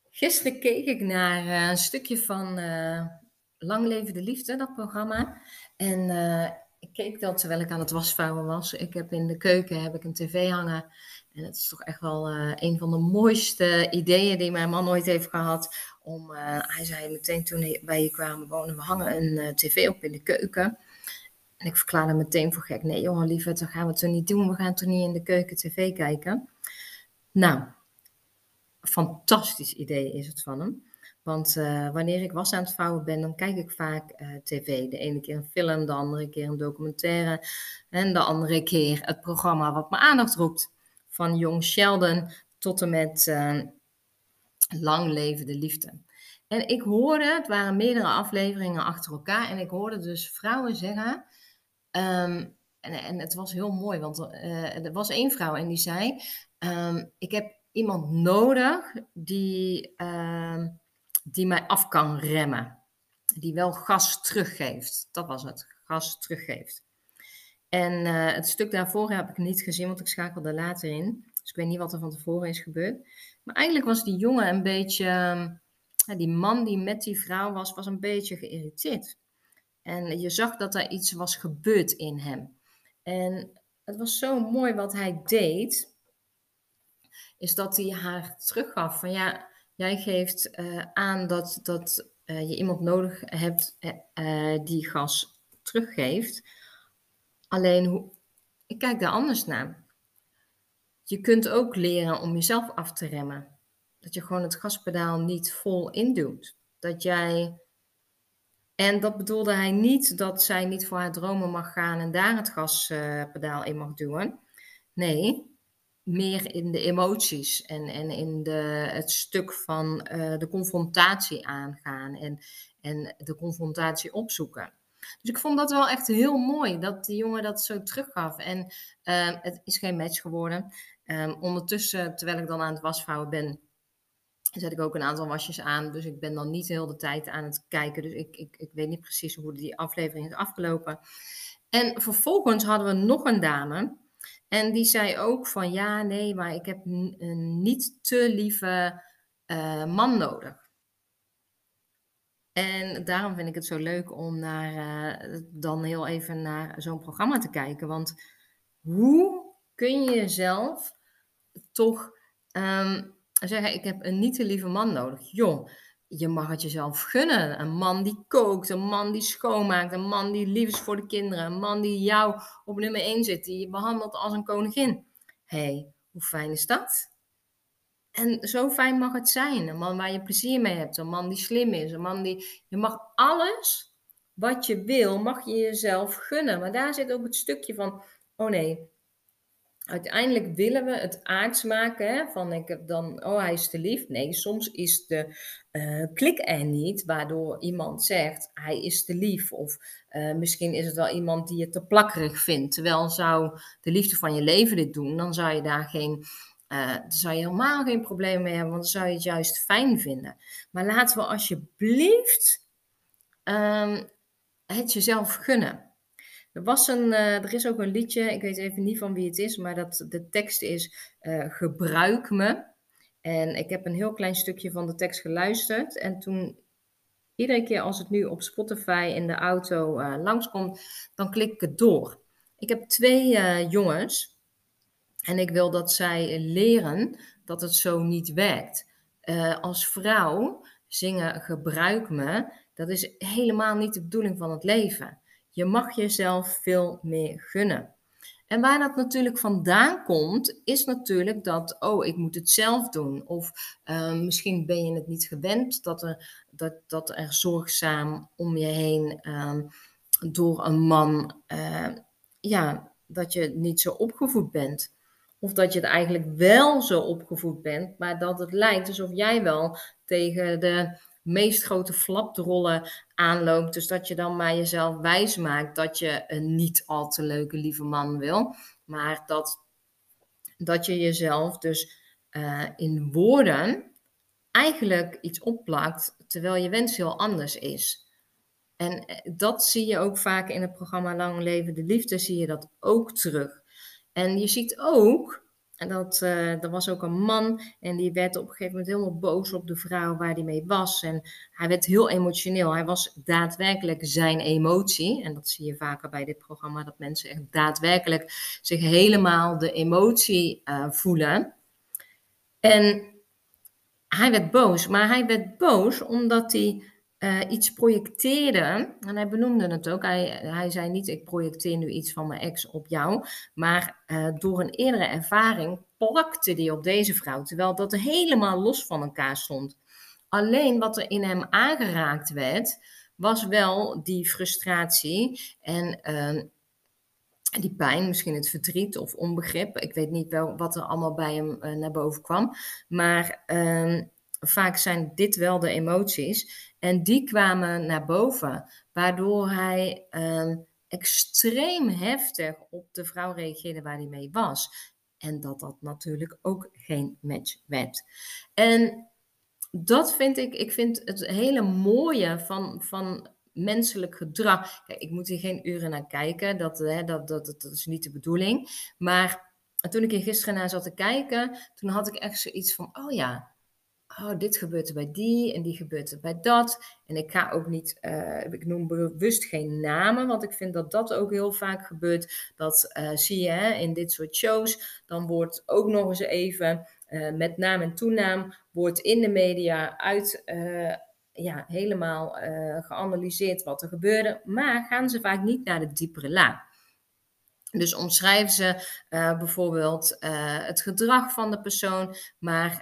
Gisteren keek ik naar een stukje van Lang Leven de Liefde, dat programma. En ik keek dat terwijl ik aan het wasvouwen was. Ik heb in de keuken een tv hangen. En het is toch echt wel een van de mooiste ideeën die mijn man ooit heeft gehad. Hij zei meteen toen wij hier kwamen wonen, we hangen een tv op in de keuken. En ik verklaarde meteen voor gek. Nee jongen, lieverd, dat gaan we toch niet doen. We gaan toch niet in de keuken tv kijken. Nou, fantastisch idee is het van hem. Want wanneer ik was aan het vouwen ben, dan kijk ik vaak tv. De ene keer een film, de andere keer een documentaire. En de andere keer het programma wat mijn aandacht roept. Van Jong Sheldon tot en met Lang Leven de Liefde. En ik hoorde, het waren meerdere afleveringen achter elkaar. En ik hoorde dus vrouwen zeggen. En het was heel mooi, want er was één vrouw en die zei: ik heb iemand nodig die mij af kan remmen. Die wel gas teruggeeft. Dat was het, gas teruggeeft. En het stuk daarvoor heb ik niet gezien, want ik schakelde later in. Dus ik weet niet wat er van tevoren is gebeurd. Maar eigenlijk was die jongen een beetje, die man die met die vrouw was een beetje geïrriteerd. En je zag dat er iets was gebeurd in hem. En het was zo mooi wat hij deed, is dat hij haar teruggaf van ja, jij geeft aan dat je iemand nodig hebt die gas teruggeeft. Alleen, ik kijk daar anders naar. Je kunt ook leren om jezelf af te remmen. Dat je gewoon het gaspedaal niet vol induwt. En dat bedoelde hij niet dat zij niet voor haar dromen mag gaan en daar het gaspedaal in mag duwen. Nee, meer in de emoties en in het stuk van de confrontatie aangaan en de confrontatie opzoeken. Dus ik vond dat wel echt heel mooi dat die jongen dat zo teruggaf. En het is geen match geworden. Ondertussen, terwijl ik dan aan het wasvouwen ben, zet ik ook een aantal wasjes aan. Dus ik ben dan niet heel de tijd aan het kijken. Dus ik weet niet precies hoe die aflevering is afgelopen. En vervolgens hadden we nog een dame. En die zei ook van ja, nee, maar ik heb een niet te lieve man nodig. En daarom vind ik het zo leuk om dan heel even naar zo'n programma te kijken. Want hoe kun je jezelf toch zeggen: ik heb een niet te lieve man nodig? Joh, je mag het jezelf gunnen. Een man die kookt, een man die schoonmaakt, een man die lief is voor de kinderen, een man die jou op nummer 1 zet, die je behandelt als een koningin. Hé, hoe fijn is dat? En zo fijn mag het zijn. Een man waar je plezier mee hebt, een man die slim is, een man die... Je mag alles wat je wil, mag je jezelf gunnen. Maar daar zit ook het stukje van, oh nee, uiteindelijk willen we het aards maken, hè, van ik heb dan, oh hij is te lief. Nee, soms is de klik er niet, waardoor iemand zegt hij is te lief. Of misschien is het wel iemand die je te plakkerig vindt. Terwijl zou de liefde van je leven dit doen, dan zou je daar zou je helemaal geen probleem mee hebben, want dan zou je het juist fijn vinden. Maar laten we alsjeblieft het jezelf gunnen. Er is ook een liedje, ik weet even niet van wie het is, maar de tekst is gebruik me. En ik heb een heel klein stukje van de tekst geluisterd. En toen, iedere keer als het nu op Spotify in de auto langskomt, dan klik ik het door. Ik heb 2 jongens en ik wil dat zij leren dat het zo niet werkt. Als vrouw zingen gebruik me, dat is helemaal niet de bedoeling van het leven. Je mag jezelf veel meer gunnen. En waar dat natuurlijk vandaan komt, is natuurlijk dat, oh, ik moet het zelf doen. Of misschien ben je het niet gewend dat er zorgzaam om je heen door een man, ja, dat je niet zo opgevoed bent. Of dat je het eigenlijk wel zo opgevoed bent, maar dat het lijkt alsof jij wel tegen de meest grote flapdrollen aanloopt. Dus dat je dan maar jezelf wijsmaakt dat je een niet al te leuke lieve man wil. Maar dat je jezelf dus in woorden eigenlijk iets opplakt, terwijl je wens heel anders is. En dat zie je ook vaak in het programma Lang Leven de Liefde, zie je dat ook terug. En je ziet ook En er was ook een man en die werd op een gegeven moment helemaal boos op de vrouw waar hij mee was. En hij werd heel emotioneel. Hij was daadwerkelijk zijn emotie. En dat zie je vaker bij dit programma, dat mensen echt daadwerkelijk zich helemaal de emotie voelen. En hij werd boos, maar hij werd boos omdat hij iets projecteerde. En hij benoemde het ook. Hij zei niet, ik projecteer nu iets van mijn ex op jou. Maar door een eerdere ervaring plakte hij op deze vrouw. Terwijl dat helemaal los van elkaar stond. Alleen wat er in hem aangeraakt werd, was wel die frustratie en die pijn, misschien het verdriet of onbegrip. Ik weet niet wel wat er allemaal bij hem naar boven kwam. Maar vaak zijn dit wel de emoties. En die kwamen naar boven, waardoor hij extreem heftig op de vrouw reageerde waar hij mee was. En dat natuurlijk ook geen match werd. En dat vind ik vind het hele mooie van menselijk gedrag. Kijk, ik moet hier geen uren naar kijken, dat is niet de bedoeling. Maar toen ik hier gisteren naar zat te kijken, toen had ik echt zoiets van, oh ja, oh, dit gebeurt er bij die en die gebeurt er bij dat. En ik ga ook niet, ik noem bewust geen namen, want ik vind dat dat ook heel vaak gebeurt. Dat zie je in dit soort shows. Dan wordt ook nog eens even met naam en toenaam wordt in de media helemaal geanalyseerd wat er gebeurde. Maar gaan ze vaak niet naar de diepere laag. Dus omschrijven ze bijvoorbeeld het gedrag van de persoon, maar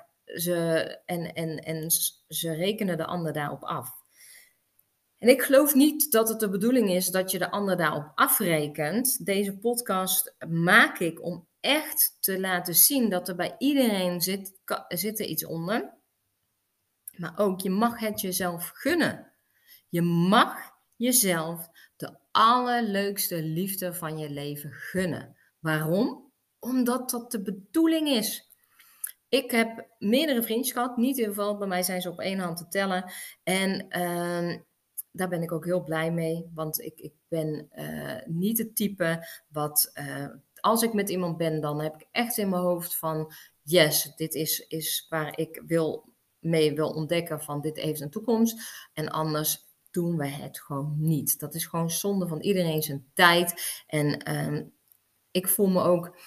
ze rekenen de ander daarop af. En ik geloof niet dat het de bedoeling is dat je de ander daarop afrekent. Deze podcast maak ik om echt te laten zien dat er bij iedereen zit er iets onder. Maar ook, je mag het jezelf gunnen. Je mag jezelf de allerleukste liefde van je leven gunnen. Waarom? Omdat dat de bedoeling is. Ik heb meerdere vriendjes gehad, niet heel veel, bij mij zijn ze op één hand te tellen. En daar ben ik ook heel blij mee, want ik ben niet het type wat, als ik met iemand ben, dan heb ik echt in mijn hoofd van, yes, dit is waar ik mee wil ontdekken van dit heeft een toekomst. En anders doen we het gewoon niet. Dat is gewoon zonde van iedereen zijn tijd. En ik voel me ook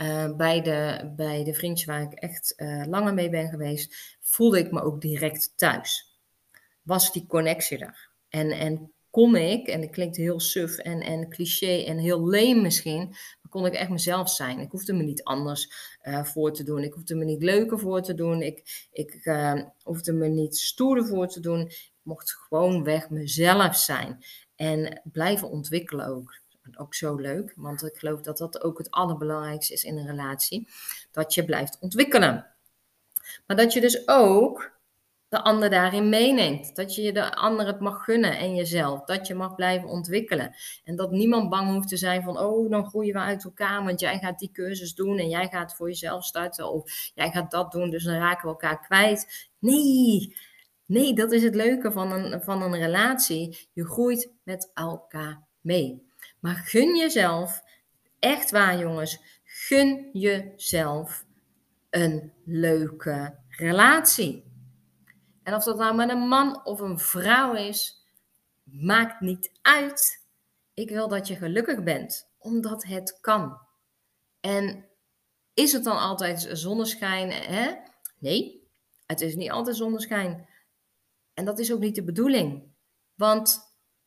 bij de vriendjes waar ik echt langer mee ben geweest, voelde ik me ook direct thuis. Was die connectie er. En kon ik, en dat klinkt heel suf en cliché en heel leem misschien, maar kon ik echt mezelf zijn. Ik hoefde me niet anders voor te doen. Ik hoefde me niet leuker voor te doen. Ik hoefde me niet stoerder voor te doen. Ik mocht gewoon weg mezelf zijn. En blijven ontwikkelen ook. Ook zo leuk, want ik geloof dat dat ook het allerbelangrijkste is in een relatie. Dat je blijft ontwikkelen. Maar dat je dus ook de ander daarin meeneemt. Dat je de ander het mag gunnen en jezelf. Dat je mag blijven ontwikkelen. En dat niemand bang hoeft te zijn van, oh, dan groeien we uit elkaar, want jij gaat die cursus doen en jij gaat voor jezelf starten of jij gaat dat doen, dus dan raken we elkaar kwijt. Nee, dat is het leuke van een relatie. Je groeit met elkaar mee. Maar gun jezelf, echt waar jongens, gun jezelf een leuke relatie. En of dat nou met een man of een vrouw is, maakt niet uit. Ik wil dat je gelukkig bent, omdat het kan. En is het dan altijd zonneschijn? Hè? Nee, het is niet altijd zonneschijn. En dat is ook niet de bedoeling. Want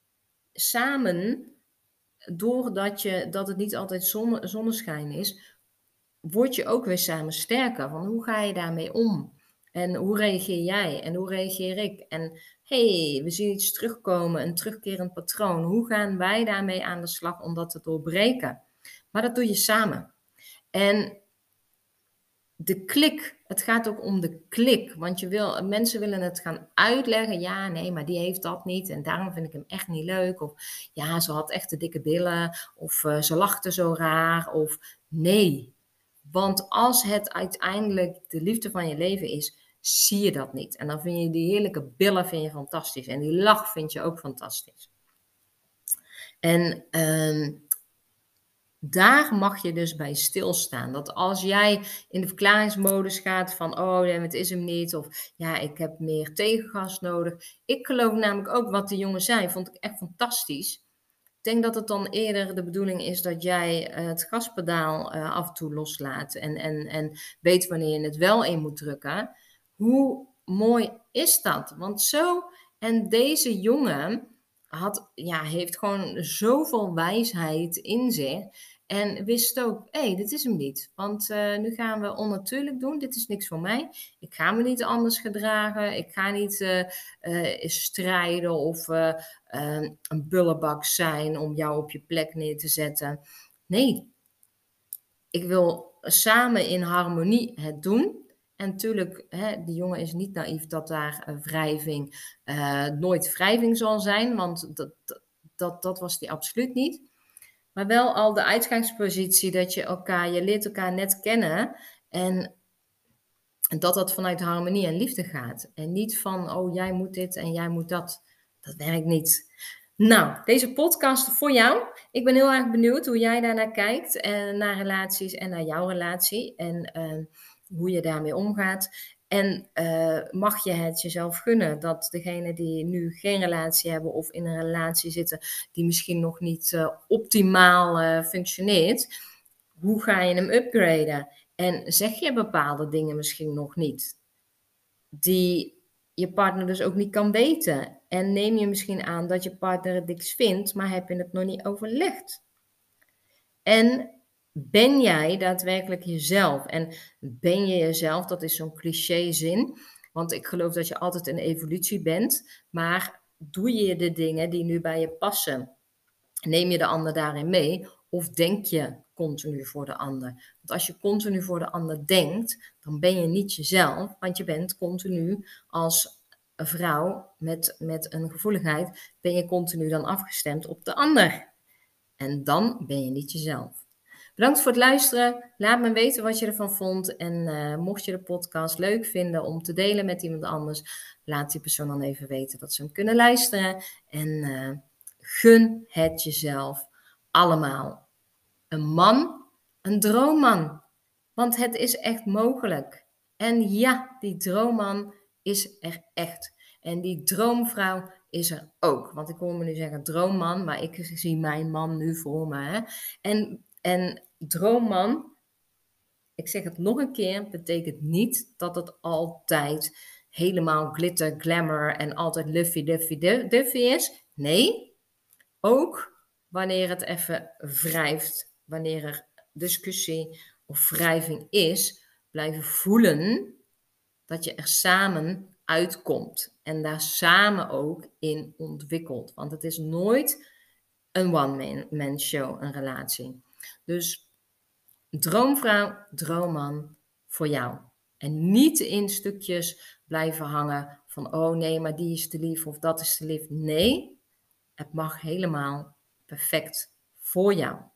samen, dat het niet altijd zonneschijn is, word je ook weer samen sterker. Van hoe ga je daarmee om? En hoe reageer jij? En hoe reageer ik? En we zien iets terugkomen, een terugkerend patroon. Hoe gaan wij daarmee aan de slag om dat te doorbreken? Maar dat doe je samen. En de klik, het gaat ook om de klik. Want mensen willen het gaan uitleggen. Ja, nee, maar die heeft dat niet. En daarom vind ik hem echt niet leuk. Of ja, ze had echt te dikke billen. Of ze lachte zo raar. Of nee. Want als het uiteindelijk de liefde van je leven is, zie je dat niet. En dan vind je die heerlijke billen vind je fantastisch. En die lach vind je ook fantastisch. En Daar mag je dus bij stilstaan. Dat als jij in de verklaringsmodus gaat van, oh nee, het is hem niet, of ja, ik heb meer tegengas nodig. Ik geloof namelijk ook wat die jongen zei, vond ik echt fantastisch. Ik denk dat het dan eerder de bedoeling is dat jij het gaspedaal af en toe loslaat en weet wanneer je het wel in moet drukken. Hoe mooi is dat? Want zo, en deze jongen heeft gewoon zoveel wijsheid in zich en wist ook, hé, dit is hem niet. Want nu gaan we onnatuurlijk doen, dit is niks voor mij. Ik ga me niet anders gedragen, ik ga niet strijden of een bullebak zijn om jou op je plek neer te zetten. Nee, ik wil samen in harmonie het doen. En natuurlijk, die jongen is niet naïef dat daar wrijving nooit wrijving zal zijn, want dat was die absoluut niet. Maar wel al de uitgangspositie dat je leert elkaar net kennen en dat vanuit harmonie en liefde gaat. En niet van, oh jij moet dit en jij moet dat. Dat werkt niet. Nou, deze podcast voor jou. Ik ben heel erg benieuwd hoe jij daarnaar kijkt, naar relaties en naar jouw relatie. En hoe je daarmee omgaat. En mag je het jezelf gunnen dat degene die nu geen relatie hebben of in een relatie zitten die misschien nog niet optimaal functioneert, hoe ga je hem upgraden? En zeg je bepaalde dingen misschien nog niet, die je partner dus ook niet kan weten. En neem je misschien aan dat je partner het niks vindt, maar heb je het nog niet overlegd? En ben jij daadwerkelijk jezelf? En ben je jezelf, dat is zo'n clichézin, want ik geloof dat je altijd in evolutie bent, maar doe je de dingen die nu bij je passen? Neem je de ander daarin mee of denk je continu voor de ander? Want als je continu voor de ander denkt, dan ben je niet jezelf, want je bent continu als een vrouw met een gevoeligheid, ben je continu dan afgestemd op de ander. En dan ben je niet jezelf. Bedankt voor het luisteren. Laat me weten wat je ervan vond. En mocht je de podcast leuk vinden om te delen met iemand anders, laat die persoon dan even weten dat ze hem kunnen luisteren. En gun het jezelf allemaal. Een man, een droomman. Want het is echt mogelijk. En ja, die droomman is er echt. En die droomvrouw is er ook. Want ik hoor me nu zeggen droomman, maar ik zie mijn man nu voor me. Hè? En droomman, ik zeg het nog een keer, betekent niet dat het altijd helemaal glitter, glamour en altijd luffy, duffy, duffy is. Nee, ook wanneer het even wrijft, wanneer er discussie of wrijving is, blijven voelen dat je er samen uitkomt en daar samen ook in ontwikkelt. Want het is nooit een one-man show, een relatie. Dus droomvrouw, droomman voor jou. En niet in stukjes blijven hangen van, oh nee, maar die is te lief of dat is te lief. Nee, het mag helemaal perfect voor jou.